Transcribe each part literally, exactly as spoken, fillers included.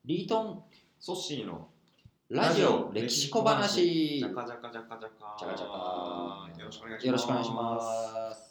リートンソッシーのラジオ歴史小話。 ジャカジャカジャカジャカジャカジャカよろしくお願いします。 よろしくお願いします。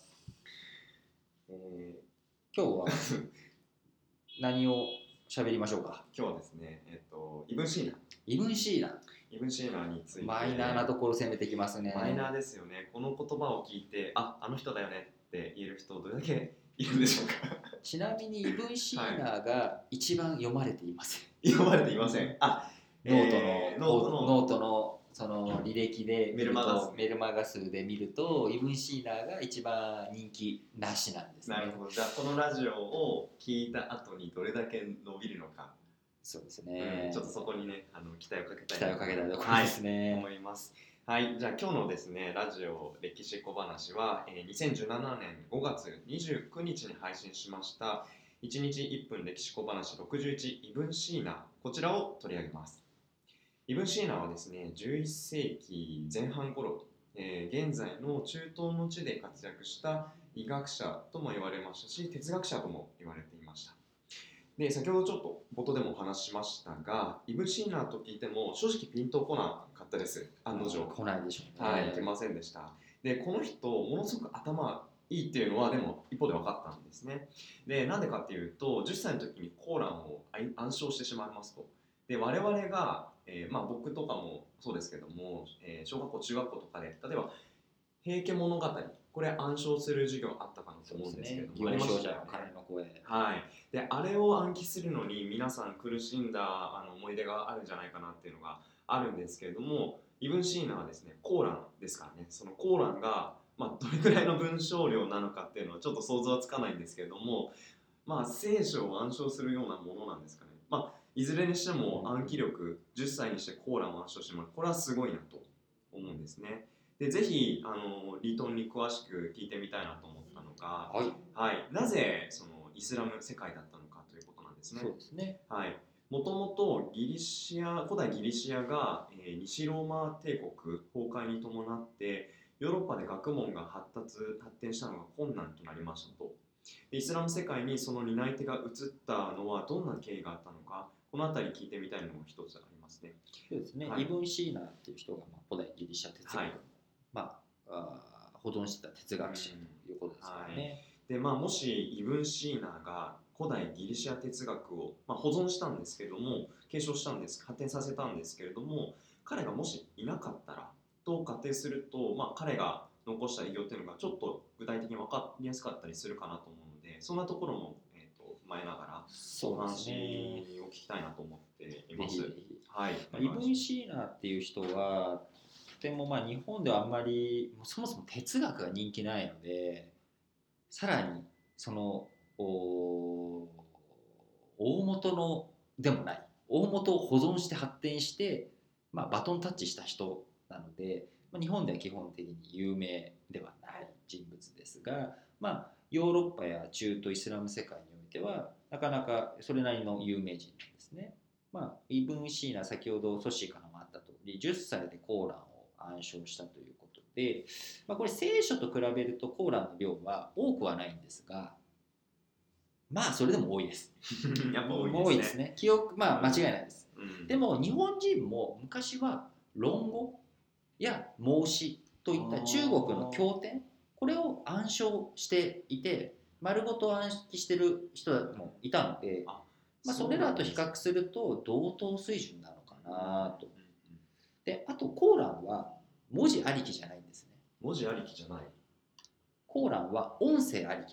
え今日は何を喋りましょうか。 ー、今日はですね、えっ、とイブンシーナイブンシーナイブンシーナについてマイナーなところ攻めてきますね。 マイナーですよね。この言葉を聞いてあ、あの人だよねって言える人どれだけいるんでしょうか。 ちなみにイブンシーナが一番読まれていません。 読まれていません。あ、 ノートの、 えーノートのノートのその履歴でメルマガ数メルマガ数で見るとイブンシーナが一番人気なしなんですね。 なるほど。じゃあこのラジオを聞いた後にどれだけ伸びるのか。 そうですね、 うん、ちょっとそこにね、あの期待をかけたい期待をかけたいところですね、 はい、思います。はい、じゃあ今日のですね、ラジオ歴史小話は、えー、にせんじゅうななねんごがつにじゅうくにちに配信しましたいちにちいっぷん歴史小話ろくじゅういちイブンシーナ、こちらを取り上げます。イブンシーナはですね、じゅういっせいきぜん半頃、えー、現在の中東の地で活躍した医学者とも言われましたし、哲学者とも言われていました。で、先ほどちょっと冒頭でもお話ししましたが、イブンシーナと聞いても正直ピンとこなかったです。案の定。 来ないでしょうね。 はい、来ませんでした。で、この人、ものすごく頭いいっていうのは、でも一方で分かったんですね。で、なんでかっていうと、じゅっさいの時にコーランを暗唱してしまいますと。で、我々が、えーまあ、僕とかもそうですけども、えー、小学校、中学校とかで、例えば、平家物語、これ暗唱する授業あったかなと思うんですけども、 ね、少女の鐘の声、 はい、であれを暗記するのに皆さん苦しんだあの思い出があるんじゃないかなっていうのがあるんですけれども、イブンシーナはですね、コーランですからね、そのコーランが、まあ、どれくらいの文章量なのかっていうのはちょっと想像はつかないんですけれども、まあ、聖書を暗唱するようなものなんですかね。まあ、いずれにしても暗記力、じゅっさいにしてコーランを暗唱してもらう、これはすごいなと思うんですね。でぜひあのリトンに詳しく聞いてみたいなと思ったのが、 はいはい、なぜそのイスラム世界だったのかということなんですね。 そうですね。 はい。もともとギリシア古代ギリシアが、えー、西ローマ帝国崩壊に伴ってヨーロッパで学問が発達発展したのが困難となりましたと。でイスラム世界にその担い手が移ったのはどんな経緯があったのか、この辺り聞いてみたいのも一つありますね。 そうですね、はい、イブンシーナっていう人が、まあ、古代ギリシャ哲学の、はい、まあ、あ保存してた哲学者ということですからね。はい、 でまあ、もしイブンシーナが古代ギリシャ哲学を、まあ、保存したんですけれども、継承したんです、発展させたんですけれども、彼がもしいなかったらと仮定すると、まあ、彼が残した偉業っていうのがちょっと具体的に分かりやすかったりするかなと思うので、そんなところも、えー、と踏まえながらお話を聞きたいなと思っています。はい、 イブンシーナっていう人はとてもまあ日本ではあんまりそもそも哲学が人気ないので、さらにその大元のでもない大元を保存して発展して、まあ、バトンタッチした人なので、まあ、日本では基本的に有名ではない人物ですが、まあ、ヨーロッパや中東イスラム世界においてはなかなかそれなりの有名人なんですね。まあ、イブンシーナ、先ほどソシーからもあった通りじゅっさいでコーランを暗唱したということで、まあ、これ聖書と比べるとコーランの量は多くはないんですが、まあそれでも多いです。 やっぱ多いですね。 多いですね。記憶、まあ間違いないです。 うん、 でも日本人も昔は論語や孟子といった中国の経典、これを暗唱していて、丸ごと暗記してる人もいたので、あまあ、それらと比較すると同等水準なのかなと。で、あとコーランは文字ありきじゃないんですね。 文字ありきじゃない。 コーランは音声ありきなんです。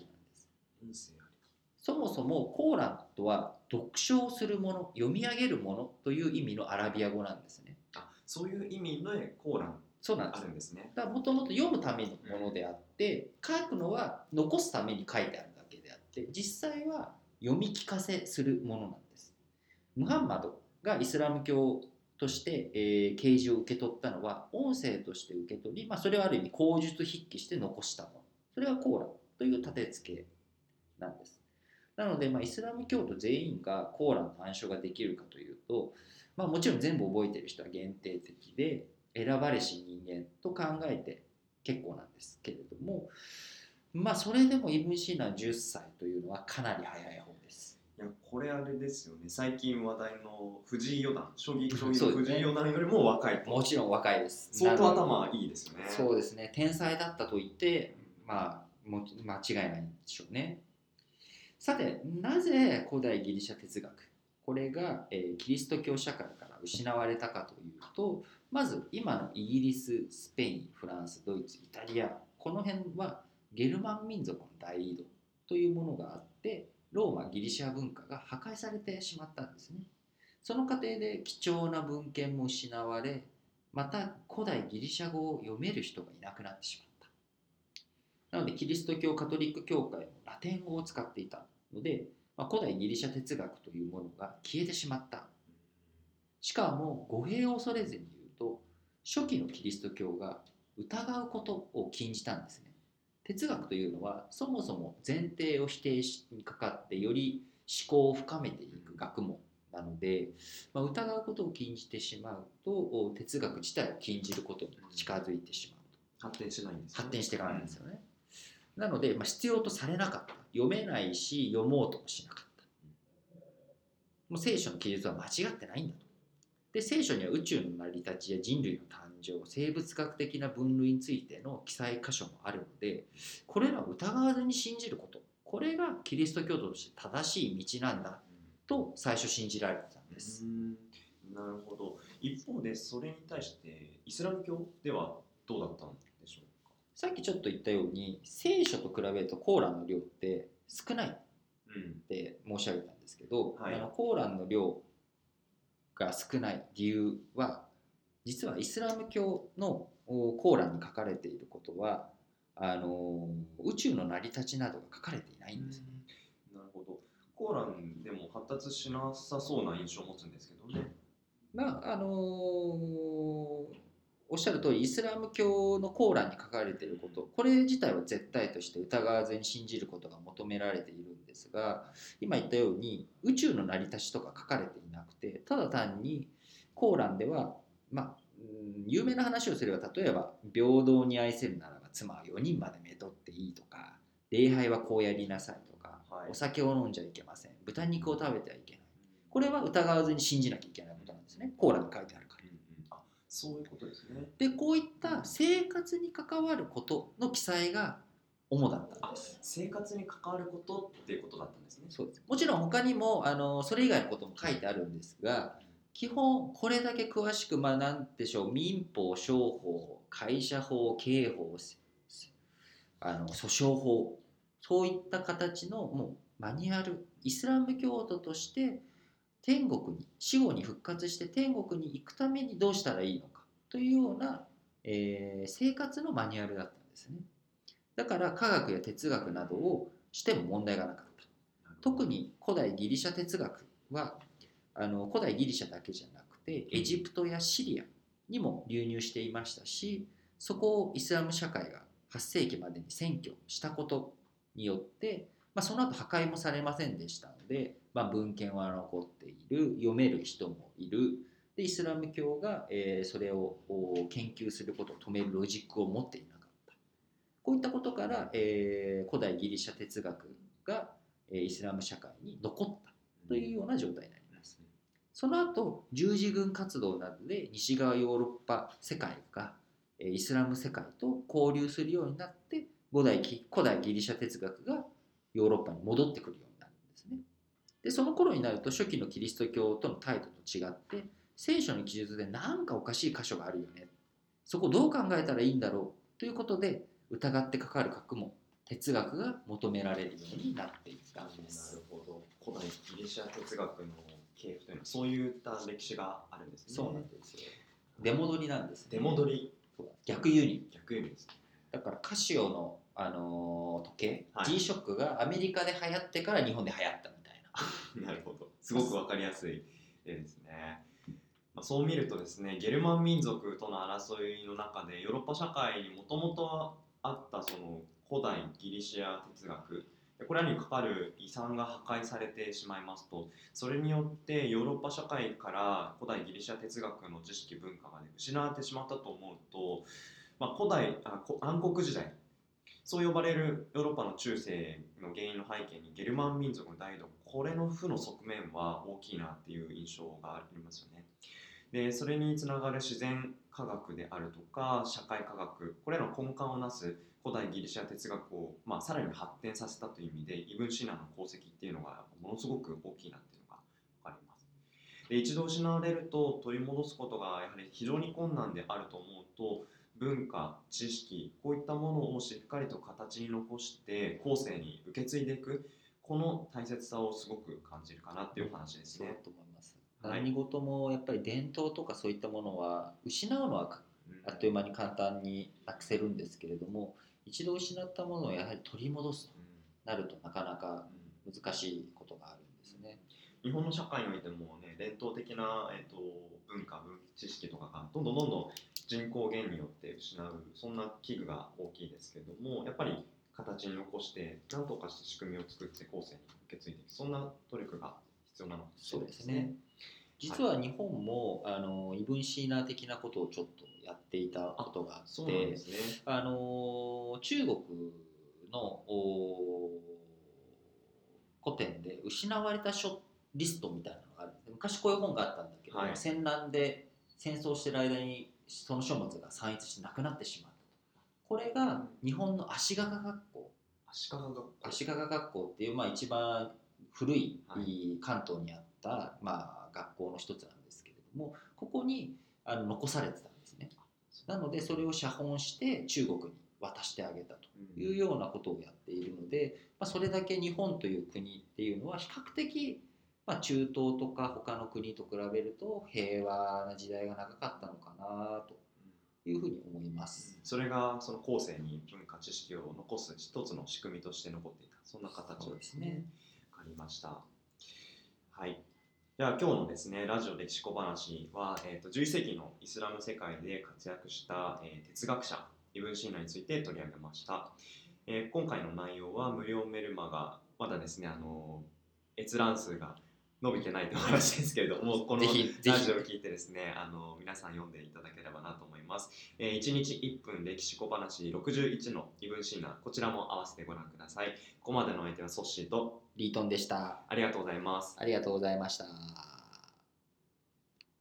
音声ありき。 そもそもコーランとは読書をするもの、読み上げるものという意味のアラビア語なんですね。 あ、そういう意味のコーランそうなんです。 あるんですね。 だからもともと読むためのものであって、書くのは残すために書いてあるだけであって、実際は読み聞かせするものなんです。ムハンマドがイスラム教として、えー、啓示を受け取ったのは音声として受け取り、まあ、それをある意味口述筆記して残したもの、それがコーランという立て付けなんです。なので、まあ、イスラム教徒全員がコーランの暗唱ができるかというと、まあ、もちろん全部覚えている人は限定的で選ばれし人間と考えて結構なんですけれども、まあそれでもイブンシーナじゅっさいというのはかなり早い方です。 いやこれあれですよね、最近話題の藤井四段、将棋将そうですね棋の藤井四段よりも若いと。 もちろん若いです。 相当なので頭いいですよね。 そうですね。天才だったと言って、まあ、も間違いないんでしょうね。さて、なぜ古代ギリシャ哲学、これが、えーキリスト教社会から失われたかというと、まず今のイギリス、スペイン、フランス、ドイツ、イタリア、この辺はゲルマン民族の大移動というものがあって、ローマ、ギリシャ文化が破壊されてしまったんですね。その過程で貴重な文献も失われ、また古代ギリシャ語を読める人がいなくなってしまった。なのでキリスト教カトリック教会もラテン語を使っていたので、まあ、古代ギリシャ哲学というものが消えてしまった。しかも語弊を恐れずに言うと、初期のキリスト教が疑うことを禁じたんですね。哲学というのはそもそも前提を否定にかかってより思考を深めていく学問なので、まあ、疑うことを禁じてしまうと哲学自体を禁じることに近づいてしまうと。 発展しないんですよね。 発展していかないんですよね。なので、まあ、必要とされなかった。読めないし読もうともしなかった。もう聖書の記述は間違ってないんだと。で、聖書には宇宙の成り立ちや人類の誕生、生物学的な分類についての記載箇所もあるので、これらを疑わずに信じること、これがキリスト教徒として正しい道なんだと最初信じられてたんです。 うん、なるほど。一方でそれに対してイスラム教ではどうだったんでしょうか。 さっきちょっと言ったように、聖書と比べるとコーランの量って少ないって申し上げたんですけど、 はい、 あのコーランの量が少ない理由は、実はイスラム教のコーランに書かれていることはあの宇宙の成り立ちなどが書かれていないんですね。 なるほど。コーランでも発達しなさそうな印象を持つんですけどね。 まああのおっしゃる通り、イスラム教のコーランに書かれていること、これ自体は絶対として疑わずに信じることが求められているんですが、今言ったように宇宙の成り立ちとか書かれていなくて、ただ単にコーランでは、まあ、うん有名な話をすれば、例えば平等に愛せるならば妻はよにんまでめとっていいとか、礼拝はこうやりなさいとか、 はい、 お酒を飲んじゃいけません、豚肉を食べてはいけない、これは疑わずに信じなきゃいけないことなんですね。コーランに書いてあるから。 うんうん、あ、そういうことですね。 で、こういった生活に関わることの記載が主だったんです。 生活に関わることっていうことだったんですね。 そうです。もちろん他にもあのそれ以外のことも書いてあるんですが、基本これだけ詳しく、まあ何でしょう、民法、商法、会社法、刑法、あの訴訟法、そういった形のもうマニュアル、イスラム教徒として天国に、死後に復活して天国に行くためにどうしたらいいのかというような、えー生活のマニュアルだったんですね。だから科学や哲学などをしても問題がなかった。特に古代ギリシャ哲学はあの古代ギリシャだけじゃなくてエジプトやシリアにも流入していましたし、そこをイスラム社会がはっせいきまでに占拠したことによって、まあ、その後破壊もされませんでしたので、まあ、文献は残っている、読める人もいる。でイスラム教が、えーそれを研究することを止めるロジックを持っていなかった。こういったことから、えー古代ギリシャ哲学が、えーイスラム社会に残ったというような状態になります。その後十字軍活動などで西側ヨーロッパ世界がえーイスラム世界と交流するようになって、古代ギ古代ギリシャ哲学がヨーロッパに戻ってくるようになるんですね。でその頃になると初期のキリスト教との態度と違って、聖書の記述で何かおかしい箇所があるよね、そこどう考えたらいいんだろうということで疑ってかかる学問、哲学が求められるようになっていったんです。 なるほど。古代ギリシャ哲学の系譜というのはそういった歴史があるんですね。 そうなんですよ。出戻りなんですね。 出戻り。 逆輸入。 逆輸入ですね。 だからカシオの、あのー時計、 はい、 G ショックがアメリカで流行ってから日本で流行ったみたいな。 なるほど。すごくわかりやすい例ですね。まあ、そう見るとですね、ゲルマン民族との争いの中でヨーロッパ社会にもともとあったその古代ギリシア哲学、これらにかかる遺産が破壊されてしまいますと、それによってヨーロッパ社会から古代ギリシア哲学の知識文化が、ね、失われてしまったと思うと、まあ、古代あ暗黒時代そう呼ばれるヨーロッパの中世の原因の背景にゲルマン民族の大移動、これの負の側面は大きいなっていう印象がありますよね。でそれにつながる自然科学であるとか社会科学、これらの根幹をなす古代ギリシャ哲学を、まあ、さらに発展させたという意味でイブン・シナの功績っていうのがものすごく大きいなっていうのが分かります。で一度失われると取り戻すことがやはり非常に困難であると思うと、文化、知識、こういったものをしっかりと形に残して後世に受け継いでいく、この大切さをすごく感じるかなっていう話ですそうだね。 と思います。 はい、 何事もやっぱり伝統とかそういったものは失うのはあっという間に簡単になくせるんですけれども、一度失ったものをやはり取り戻すとなるとなかなか難しいことがあるんですね。 日本の社会においてもね、伝統的な、えー、と文化、文知識とかがどんどんどんどん人口減によって失う、そんな危惧が大きいですけれども、やっぱり形に残して何とかして仕組みを作って後世に受け継いでいく、そんな努力が必要なのかもしれないですね。 実は日本も、はい、あのイブンシーナー的なことをちょっとやっていたことがあって、 そうなんですね。 あの中国の古典で失われた書リストみたいなのがあるんです。昔こういう本があったんだけど、はい、戦乱で戦争してる間にその書物が散逸してなくなってしまったと。これが日本の足利学校、 足利学校足利学校っていう、まあ、一番古い関東にあった、まあ、学校の一つなんですけれども、ここにあの残されてたんですね。なのでそれを写本して中国に渡してあげたというようなことをやっているので、まあ、それだけ日本という国っていうのは比較的、まあ、中東とか他の国と比べると平和な時代が長かったのかなというふうに思います。 それがその後世に文化知識を残す一つの仕組みとして残っていた、そんな形ですね。わかりました。はい。では今日のですねラジオ歴史小話は、えー、とじゅういっ世紀のイスラム世界で活躍した、えー、哲学者イブン・シーナについて取り上げました。えー、今回の内容は無料メルマガ、まだですねあの閲覧数が伸びてないという話ですけれども、このラジオを聞いてですねあの皆さん読んでいただければなと思います。えー、いちにちいっぷん歴史小話ろくじゅういちのイブン・シーナ、こちらも合わせてご覧ください。ここまでのお相手はソッシーとリートンでした。 ありがとうございます。 ありがとうございました。